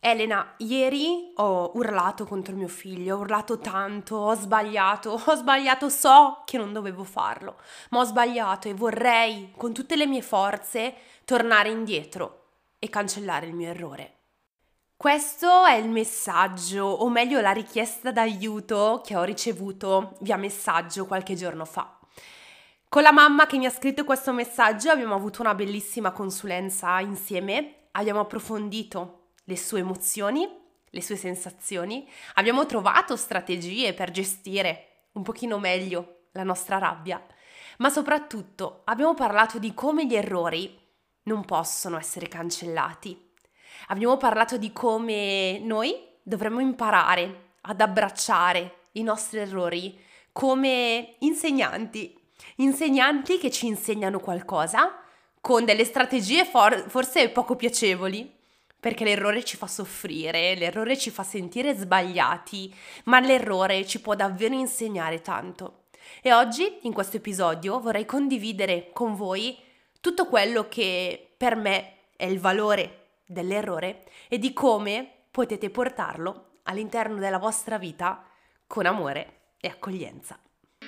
Elena, ieri ho urlato contro mio figlio, ho urlato tanto, ho sbagliato, so che non dovevo farlo, ma ho sbagliato e vorrei con tutte le mie forze tornare indietro e cancellare il mio errore. Questo è il messaggio, o meglio la richiesta d'aiuto che ho ricevuto via messaggio qualche giorno fa. Con la mamma che mi ha scritto questo messaggio abbiamo avuto una bellissima consulenza insieme, abbiamo approfondito le sue emozioni, le sue sensazioni, abbiamo trovato strategie per gestire un pochino meglio la nostra rabbia, ma soprattutto abbiamo parlato di come gli errori non possono essere cancellati. Abbiamo parlato di come noi dovremmo imparare ad abbracciare i nostri errori come insegnanti che ci insegnano qualcosa con delle strategie forse poco piacevoli, perché l'errore ci fa soffrire, l'errore ci fa sentire sbagliati, ma l'errore ci può davvero insegnare tanto. E oggi, in questo episodio, vorrei condividere con voi tutto quello che per me è il valore dell'errore e di come potete portarlo all'interno della vostra vita con amore e accoglienza.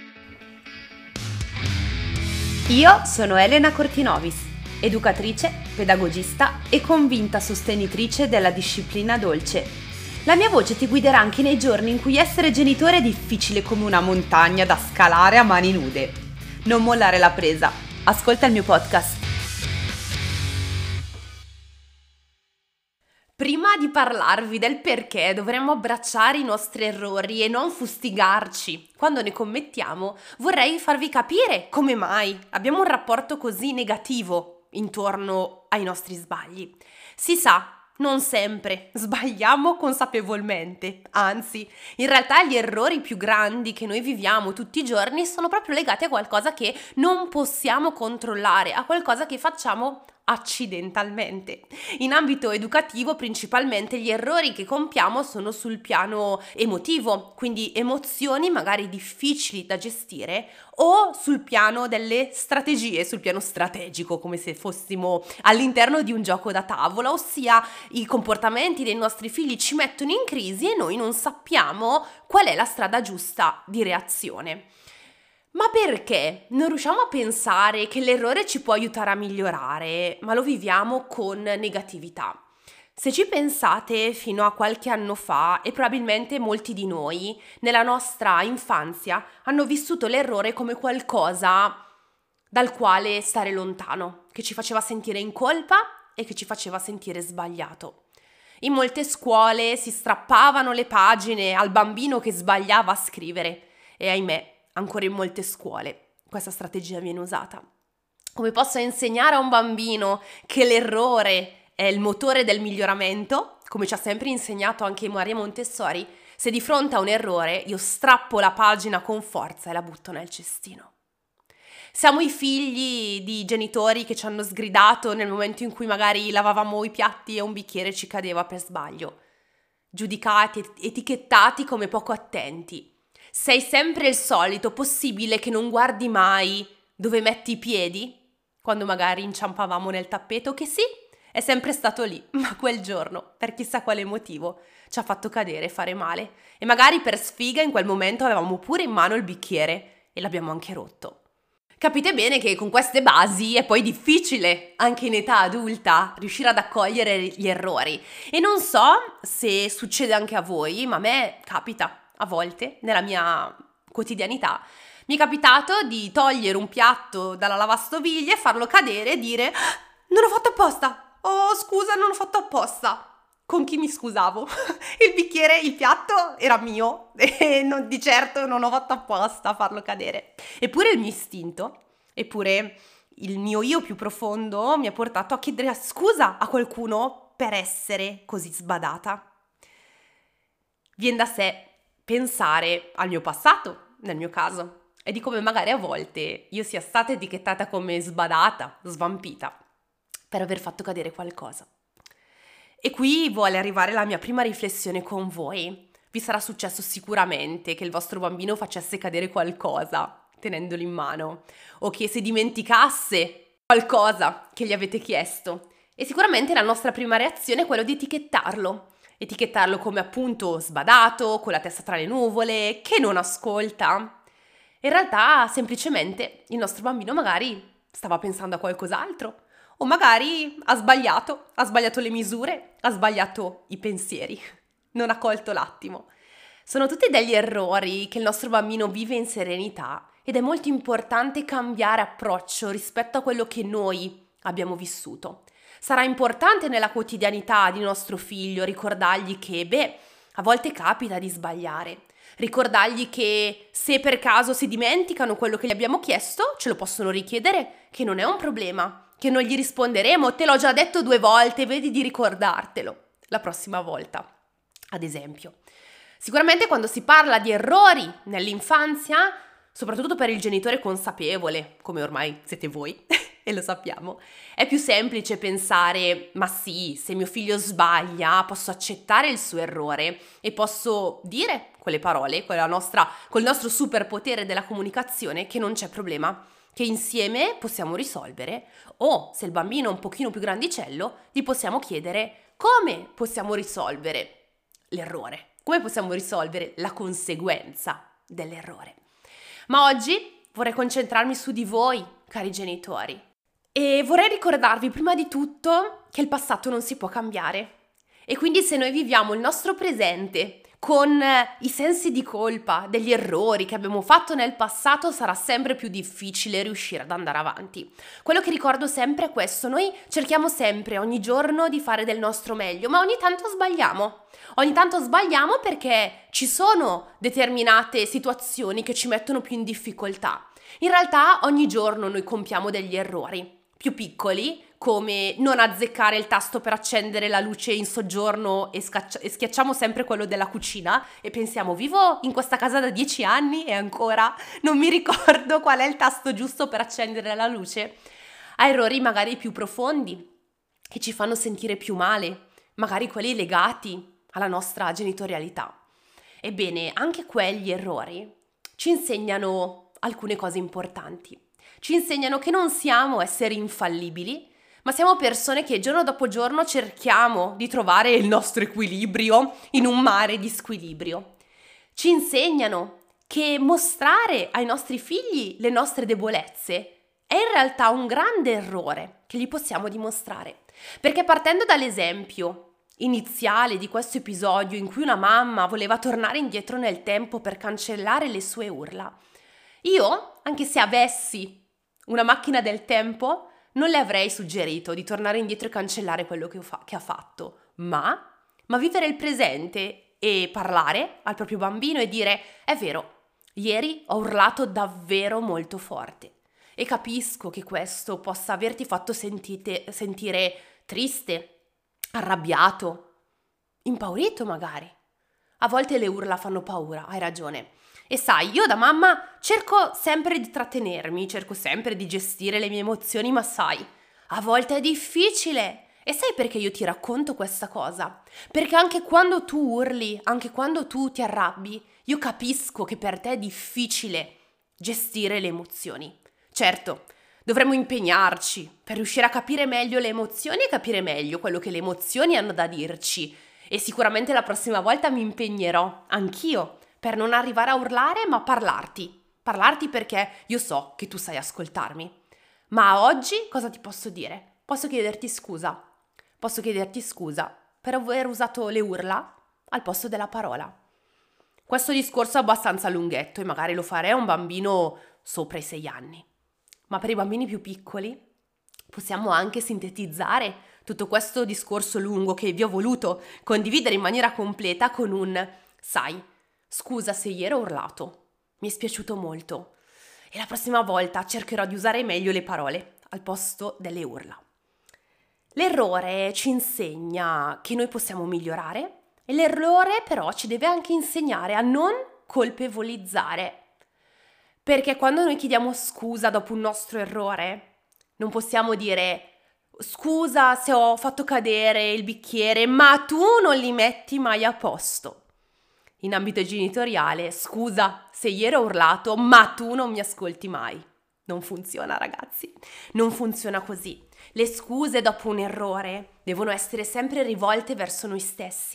Io sono Elena Cortinovis, educatrice, pedagogista e convinta sostenitrice della disciplina dolce. La mia voce ti guiderà anche nei giorni in cui essere genitore è difficile come una montagna da scalare a mani nude. Non mollare la presa. Ascolta il mio podcast. Prima di parlarvi del perché dovremmo abbracciare i nostri errori e non fustigarci quando ne commettiamo, vorrei farvi capire come mai abbiamo un rapporto così negativo intorno ai nostri sbagli. Si sa, non sempre sbagliamo consapevolmente, anzi, in realtà gli errori più grandi che noi viviamo tutti i giorni sono proprio legati a qualcosa che non possiamo controllare, a qualcosa che facciamo accidentalmente. In ambito educativo principalmente gli errori che compiamo sono sul piano emotivo, quindi emozioni magari difficili da gestire, o sul piano delle strategie, sul piano strategico, come se fossimo all'interno di un gioco da tavola, ossia i comportamenti dei nostri figli ci mettono in crisi e noi non sappiamo qual è la strada giusta di reazione. Ma perché non riusciamo a pensare che l'errore ci può aiutare a migliorare, ma lo viviamo con negatività? Se ci pensate, fino a qualche anno fa, e probabilmente molti di noi, nella nostra infanzia, hanno vissuto l'errore come qualcosa dal quale stare lontano, che ci faceva sentire in colpa e che ci faceva sentire sbagliato. In molte scuole si strappavano le pagine al bambino che sbagliava a scrivere e ahimè, ancora in molte scuole questa strategia viene usata. Come posso insegnare a un bambino che l'errore è il motore del miglioramento, come ci ha sempre insegnato anche Maria Montessori, se di fronte a un errore io strappo la pagina con forza e la butto nel cestino. Siamo i figli di genitori che ci hanno sgridato nel momento in cui magari lavavamo i piatti e un bicchiere ci cadeva per sbaglio, giudicati, etichettati come poco attenti. Sei sempre il solito, possibile che non guardi mai dove metti i piedi? Quando magari inciampavamo nel tappeto, che sì, è sempre stato lì, ma quel giorno, per chissà quale motivo, ci ha fatto cadere e fare male. E magari per sfiga in quel momento avevamo pure in mano il bicchiere e l'abbiamo anche rotto. Capite bene che con queste basi è poi difficile, anche in età adulta, riuscire ad accogliere gli errori. E non so se succede anche a voi, ma a me capita. A volte, nella mia quotidianità, mi è capitato di togliere un piatto dalla lavastoviglie, farlo cadere e dire «Non ho fatto apposta! Oh, scusa, non ho fatto apposta!» Con chi mi scusavo? Il bicchiere, il piatto era mio e di certo non ho fatto apposta a farlo cadere. Eppure il mio istinto, eppure il mio io più profondo mi ha portato a chiedere scusa a qualcuno per essere così sbadata. Viene da sé pensare al mio passato, nel mio caso, e di come magari a volte io sia stata etichettata come sbadata, svampita, per aver fatto cadere qualcosa. E qui vuole arrivare la mia prima riflessione con voi. Vi sarà successo sicuramente che il vostro bambino facesse cadere qualcosa, tenendolo in mano, o che si dimenticasse qualcosa che gli avete chiesto. E sicuramente la nostra prima reazione è quella di etichettarlo. Etichettarlo come appunto sbadato, con la testa tra le nuvole, che non ascolta. In realtà semplicemente il nostro bambino magari stava pensando a qualcos'altro o magari ha sbagliato le misure, ha sbagliato i pensieri, non ha colto l'attimo. Sono tutti degli errori che il nostro bambino vive in serenità ed è molto importante cambiare approccio rispetto a quello che noi abbiamo vissuto. Sarà importante nella quotidianità di nostro figlio ricordargli che, a volte capita di sbagliare. Ricordargli che se per caso si dimenticano quello che gli abbiamo chiesto, ce lo possono richiedere, che non è un problema, che non gli risponderemo, te l'ho già detto 2 volte, vedi di ricordartelo la prossima volta, ad esempio. Sicuramente quando si parla di errori nell'infanzia, soprattutto per il genitore consapevole, come ormai siete voi, e lo sappiamo, è più semplice pensare, ma sì, se mio figlio sbaglia, posso accettare il suo errore e posso dire quelle parole, col nostro superpotere della comunicazione, che non c'è problema, che insieme possiamo risolvere, o se il bambino è un pochino più grandicello, gli possiamo chiedere come possiamo risolvere l'errore, come possiamo risolvere la conseguenza dell'errore. Ma oggi vorrei concentrarmi su di voi, cari genitori. E vorrei ricordarvi prima di tutto che il passato non si può cambiare e quindi se noi viviamo il nostro presente con i sensi di colpa degli errori che abbiamo fatto nel passato sarà sempre più difficile riuscire ad andare avanti. Quello che ricordo sempre è questo, noi cerchiamo sempre ogni giorno di fare del nostro meglio, ma ogni tanto sbagliamo. Ogni tanto sbagliamo perché ci sono determinate situazioni che ci mettono più in difficoltà. In realtà ogni giorno noi compiamo degli errori più piccoli, come non azzeccare il tasto per accendere la luce in soggiorno e schiacciamo sempre quello della cucina e pensiamo vivo in questa casa da 10 anni e ancora non mi ricordo qual è il tasto giusto per accendere la luce. A errori magari più profondi che ci fanno sentire più male, magari quelli legati alla nostra genitorialità. Ebbene, anche quegli errori ci insegnano alcune cose importanti. Ci insegnano che non siamo esseri infallibili, ma siamo persone che giorno dopo giorno cerchiamo di trovare il nostro equilibrio in un mare di squilibrio. Ci insegnano che mostrare ai nostri figli le nostre debolezze è in realtà un grande errore che gli possiamo dimostrare. Perché partendo dall'esempio iniziale di questo episodio in cui una mamma voleva tornare indietro nel tempo per cancellare le sue urla, io, anche se avessi una macchina del tempo, non le avrei suggerito di tornare indietro e cancellare quello che ha fatto, ma vivere il presente e parlare al proprio bambino e dire: è vero, ieri ho urlato davvero molto forte e capisco che questo possa averti fatto sentire triste, arrabbiato, impaurito magari. A volte le urla fanno paura, hai ragione. E sai, io da mamma cerco sempre di trattenermi, cerco sempre di gestire le mie emozioni, ma sai, a volte è difficile. E sai perché io ti racconto questa cosa? Perché anche quando tu urli, anche quando tu ti arrabbi, io capisco che per te è difficile gestire le emozioni. Certo, dovremmo impegnarci per riuscire a capire meglio le emozioni e capire meglio quello che le emozioni hanno da dirci. E sicuramente la prossima volta mi impegnerò, anch'io, per non arrivare a urlare, ma parlarti perché io so che tu sai ascoltarmi. Ma oggi cosa ti posso dire? Posso chiederti scusa per aver usato le urla al posto della parola. Questo discorso è abbastanza lunghetto e magari lo farei a un bambino sopra i 6 anni. Ma per i bambini più piccoli possiamo anche sintetizzare tutto questo discorso lungo che vi ho voluto condividere in maniera completa con un: sai, scusa se ieri ho urlato, mi è spiaciuto molto e la prossima volta cercherò di usare meglio le parole al posto delle urla. L'errore ci insegna che noi possiamo migliorare e l'errore però ci deve anche insegnare a non colpevolizzare. Perché quando noi chiediamo scusa dopo un nostro errore, non possiamo dire: scusa se ho fatto cadere il bicchiere, ma tu non li metti mai a posto. In ambito genitoriale, scusa se ieri ho urlato, ma tu non mi ascolti mai. Non funziona, ragazzi, non funziona così. Le scuse dopo un errore devono essere sempre rivolte verso noi stessi.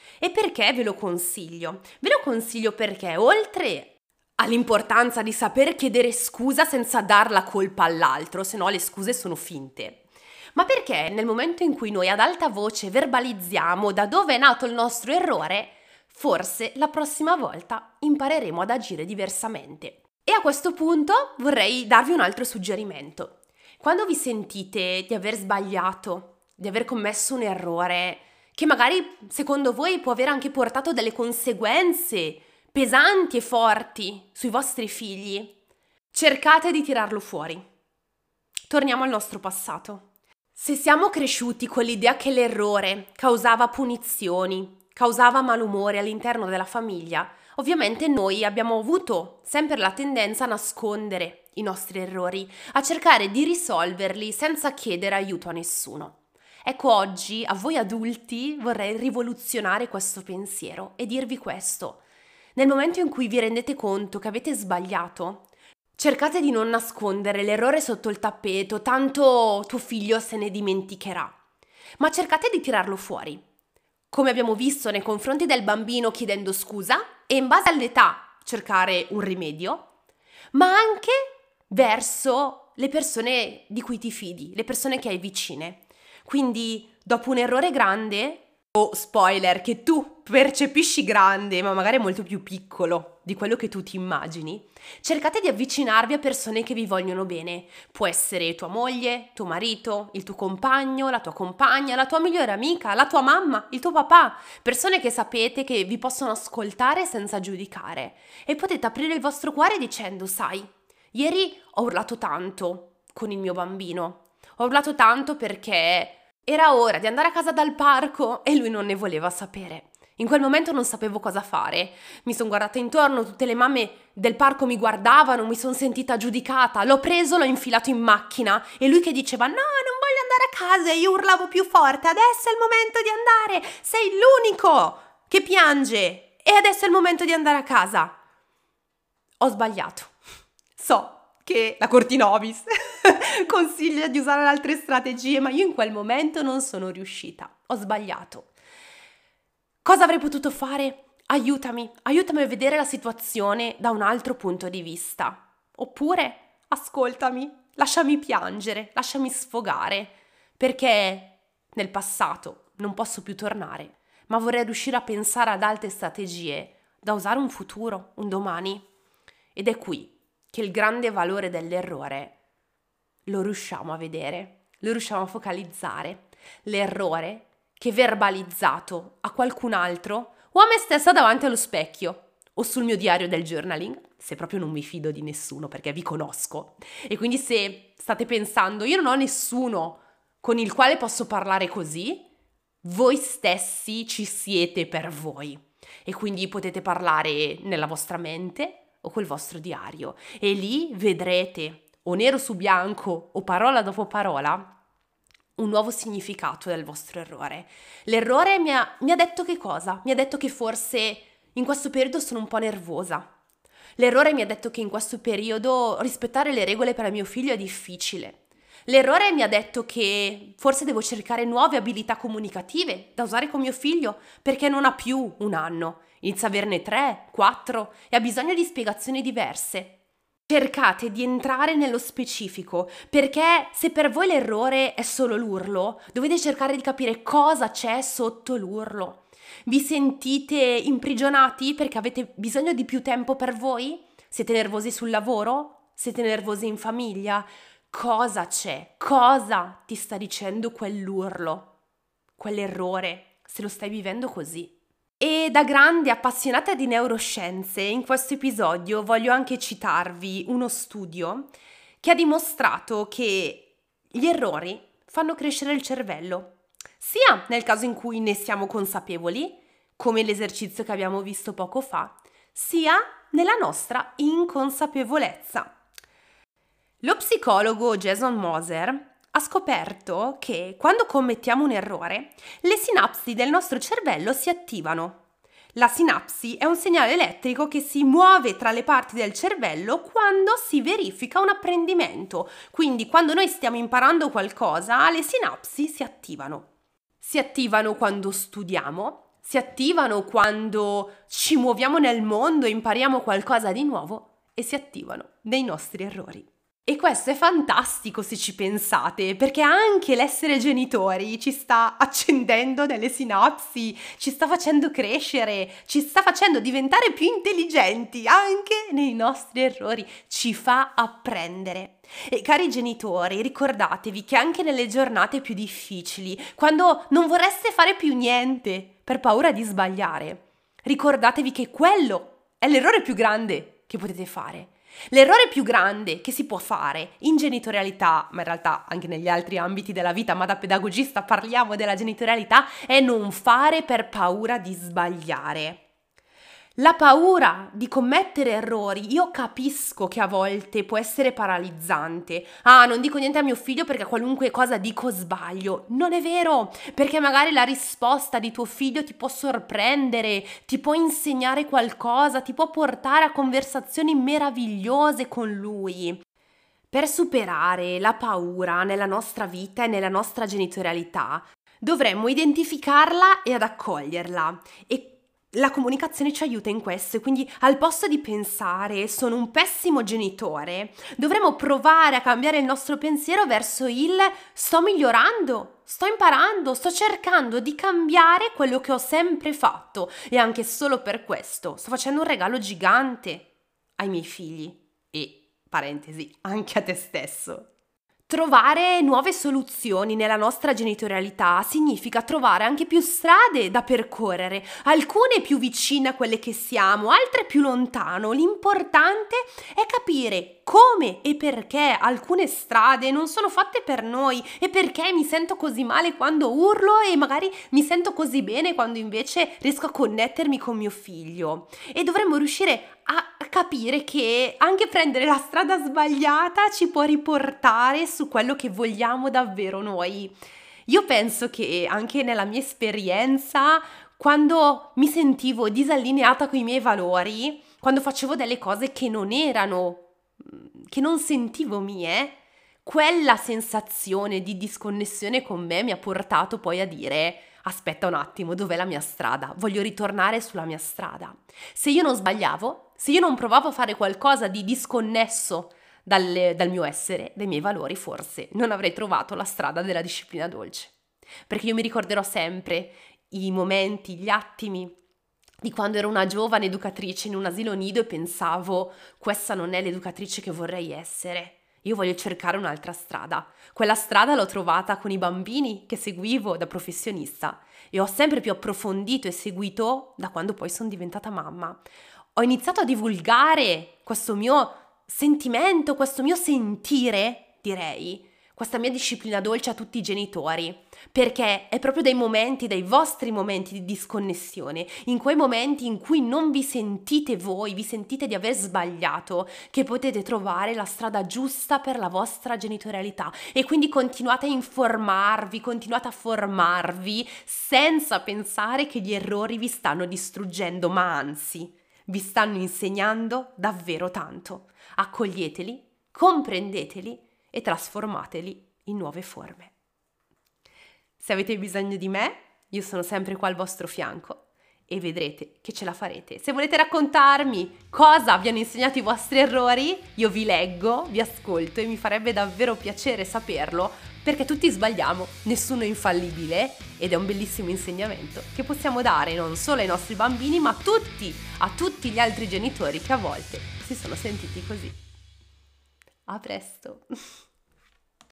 E perché ve lo consiglio? Ve lo consiglio perché oltre all'importanza di saper chiedere scusa senza dar la colpa all'altro, se no le scuse sono finte, ma perché nel momento in cui noi ad alta voce verbalizziamo da dove è nato il nostro errore, forse la prossima volta impareremo ad agire diversamente. E a questo punto vorrei darvi un altro suggerimento. Quando vi sentite di aver sbagliato, di aver commesso un errore, che magari secondo voi può aver anche portato delle conseguenze pesanti e forti sui vostri figli, cercate di tirarlo fuori. Torniamo al nostro passato. Se siamo cresciuti con l'idea che l'errore causava punizioni, causava malumore all'interno della famiglia, ovviamente noi abbiamo avuto sempre la tendenza a nascondere i nostri errori, a cercare di risolverli senza chiedere aiuto a nessuno. Ecco, oggi a voi adulti vorrei rivoluzionare questo pensiero e dirvi questo. Nel momento in cui vi rendete conto che avete sbagliato, cercate di non nascondere l'errore sotto il tappeto, tanto tuo figlio se ne dimenticherà, ma cercate di tirarlo fuori. Come abbiamo visto nei confronti del bambino chiedendo scusa e in base all'età cercare un rimedio, ma anche verso le persone di cui ti fidi, le persone che hai vicine. Quindi dopo un errore grande, o spoiler, che tu percepisci grande, ma magari è molto più piccolo di quello che tu ti immagini, cercate di avvicinarvi a persone che vi vogliono bene. Può essere tua moglie, tuo marito, il tuo compagno, la tua compagna, la tua migliore amica, la tua mamma, il tuo papà, persone che sapete che vi possono ascoltare senza giudicare. E potete aprire il vostro cuore dicendo, sai, ieri ho urlato tanto con il mio bambino, ho urlato tanto perché era ora di andare a casa dal parco e lui non ne voleva sapere. In quel momento non sapevo cosa fare. Mi sono guardata intorno, tutte le mamme del parco mi guardavano, mi sono sentita giudicata. L'ho preso, l'ho infilato in macchina e lui che diceva no, non voglio andare a casa, e io urlavo più forte, adesso è il momento di andare, sei l'unico che piange e adesso è il momento di andare a casa. Ho sbagliato. So che la Cortinovis consiglia di usare altre strategie, ma io in quel momento non sono riuscita. Ho sbagliato. Cosa avrei potuto fare? Aiutami a vedere la situazione da un altro punto di vista. Oppure, ascoltami, lasciami piangere, lasciami sfogare, perché nel passato non posso più tornare, ma vorrei riuscire a pensare ad altre strategie da usare un futuro, un domani. Ed è qui che il grande valore dell'errore lo riusciamo a vedere, lo riusciamo a focalizzare. L'errore che verbalizzato a qualcun altro o a me stessa davanti allo specchio o sul mio diario del journaling, se proprio non mi fido di nessuno perché vi conosco. E quindi se state pensando io non ho nessuno con il quale posso parlare così, voi stessi ci siete per voi. E quindi potete parlare nella vostra mente o col vostro diario e lì vedrete o nero su bianco o parola dopo parola un nuovo significato del vostro errore. L'errore mi ha detto che cosa? Mi ha detto che forse in questo periodo sono un po' nervosa. L'errore mi ha detto che in questo periodo rispettare le regole per mio figlio è difficile. L'errore mi ha detto che forse devo cercare nuove abilità comunicative da usare con mio figlio perché non ha più un anno, inizia a averne 3, 4 e ha bisogno di spiegazioni diverse. Cercate di entrare nello specifico, perché se per voi l'errore è solo l'urlo, dovete cercare di capire cosa c'è sotto l'urlo. Vi sentite imprigionati perché avete bisogno di più tempo per voi? Siete nervosi sul lavoro? Siete nervosi in famiglia? Cosa c'è? Cosa ti sta dicendo quell'urlo? Quell'errore, se lo stai vivendo così? E da grande appassionata di neuroscienze, in questo episodio voglio anche citarvi uno studio che ha dimostrato che gli errori fanno crescere il cervello, sia nel caso in cui ne siamo consapevoli, come l'esercizio che abbiamo visto poco fa, sia nella nostra inconsapevolezza. Lo psicologo Jason Moser ha scoperto che quando commettiamo un errore, le sinapsi del nostro cervello si attivano. La sinapsi è un segnale elettrico che si muove tra le parti del cervello quando si verifica un apprendimento. Quindi quando noi stiamo imparando qualcosa, le sinapsi si attivano. Si attivano quando studiamo, si attivano quando ci muoviamo nel mondo, impariamo qualcosa di nuovo e si attivano nei nostri errori. E questo è fantastico se ci pensate, perché anche l'essere genitori ci sta accendendo nelle sinapsi, ci sta facendo crescere, ci sta facendo diventare più intelligenti anche nei nostri errori, ci fa apprendere. E cari genitori, ricordatevi che anche nelle giornate più difficili, quando non vorreste fare più niente per paura di sbagliare, ricordatevi che quello è l'errore più grande che potete fare. L'errore più grande che si può fare in genitorialità, ma in realtà anche negli altri ambiti della vita, ma da pedagogista parliamo della genitorialità, è non fare per paura di sbagliare. La paura di commettere errori, io capisco che a volte può essere paralizzante. Ah, non dico niente a mio figlio perché qualunque cosa dico sbaglio. Non è vero, perché magari la risposta di tuo figlio ti può sorprendere, ti può insegnare qualcosa, ti può portare a conversazioni meravigliose con lui. Per superare la paura nella nostra vita e nella nostra genitorialità, dovremmo identificarla e ad accoglierla. E la comunicazione ci aiuta in questo, quindi al posto di pensare sono un pessimo genitore, dovremmo provare a cambiare il nostro pensiero verso il sto migliorando, sto imparando, sto cercando di cambiare quello che ho sempre fatto e anche solo per questo sto facendo un regalo gigante ai miei figli e, parentesi, anche a te stesso. Trovare nuove soluzioni nella nostra genitorialità significa trovare anche più strade da percorrere, alcune più vicine a quelle che siamo, altre più lontano. L'importante è capire come e perché alcune strade non sono fatte per noi e perché mi sento così male quando urlo e magari mi sento così bene quando invece riesco a connettermi con mio figlio. E dovremmo riuscire a capire che anche prendere la strada sbagliata ci può riportare su quello che vogliamo davvero noi. Io penso che anche nella mia esperienza, quando mi sentivo disallineata con i miei valori, quando facevo delle cose che non sentivo mie, quella sensazione di disconnessione con me mi ha portato poi a dire: aspetta un attimo, dov'è la mia strada? Voglio ritornare sulla mia strada. Se io non sbagliavo, se io non provavo a fare qualcosa di disconnesso dal mio essere, dai miei valori, forse non avrei trovato la strada della disciplina dolce. Perché io mi ricorderò sempre i momenti, gli attimi di quando ero una giovane educatrice in un asilo nido e pensavo: questa non è l'educatrice che vorrei essere. Io voglio cercare un'altra strada. Quella strada l'ho trovata con i bambini che seguivo da professionista e ho sempre più approfondito e seguito da quando poi sono diventata mamma. Ho iniziato a divulgare questo mio sentimento, questo mio sentire, direi, questa mia disciplina dolce a tutti i genitori, perché è proprio dai vostri momenti di disconnessione, in quei momenti in cui non vi sentite voi, vi sentite di aver sbagliato, che potete trovare la strada giusta per la vostra genitorialità e quindi continuate a informarvi, continuate a formarvi senza pensare che gli errori vi stanno distruggendo, ma anzi vi stanno insegnando davvero tanto. Accoglieteli, comprendeteli e trasformateli in nuove forme. Se avete bisogno di me, io sono sempre qua al vostro fianco e vedrete che ce la farete. Se volete raccontarmi cosa vi hanno insegnato i vostri errori, io vi leggo, vi ascolto e mi farebbe davvero piacere saperlo, perché tutti sbagliamo, nessuno è infallibile ed è un bellissimo insegnamento che possiamo dare non solo ai nostri bambini, ma a tutti gli altri genitori che a volte si sono sentiti così. A presto!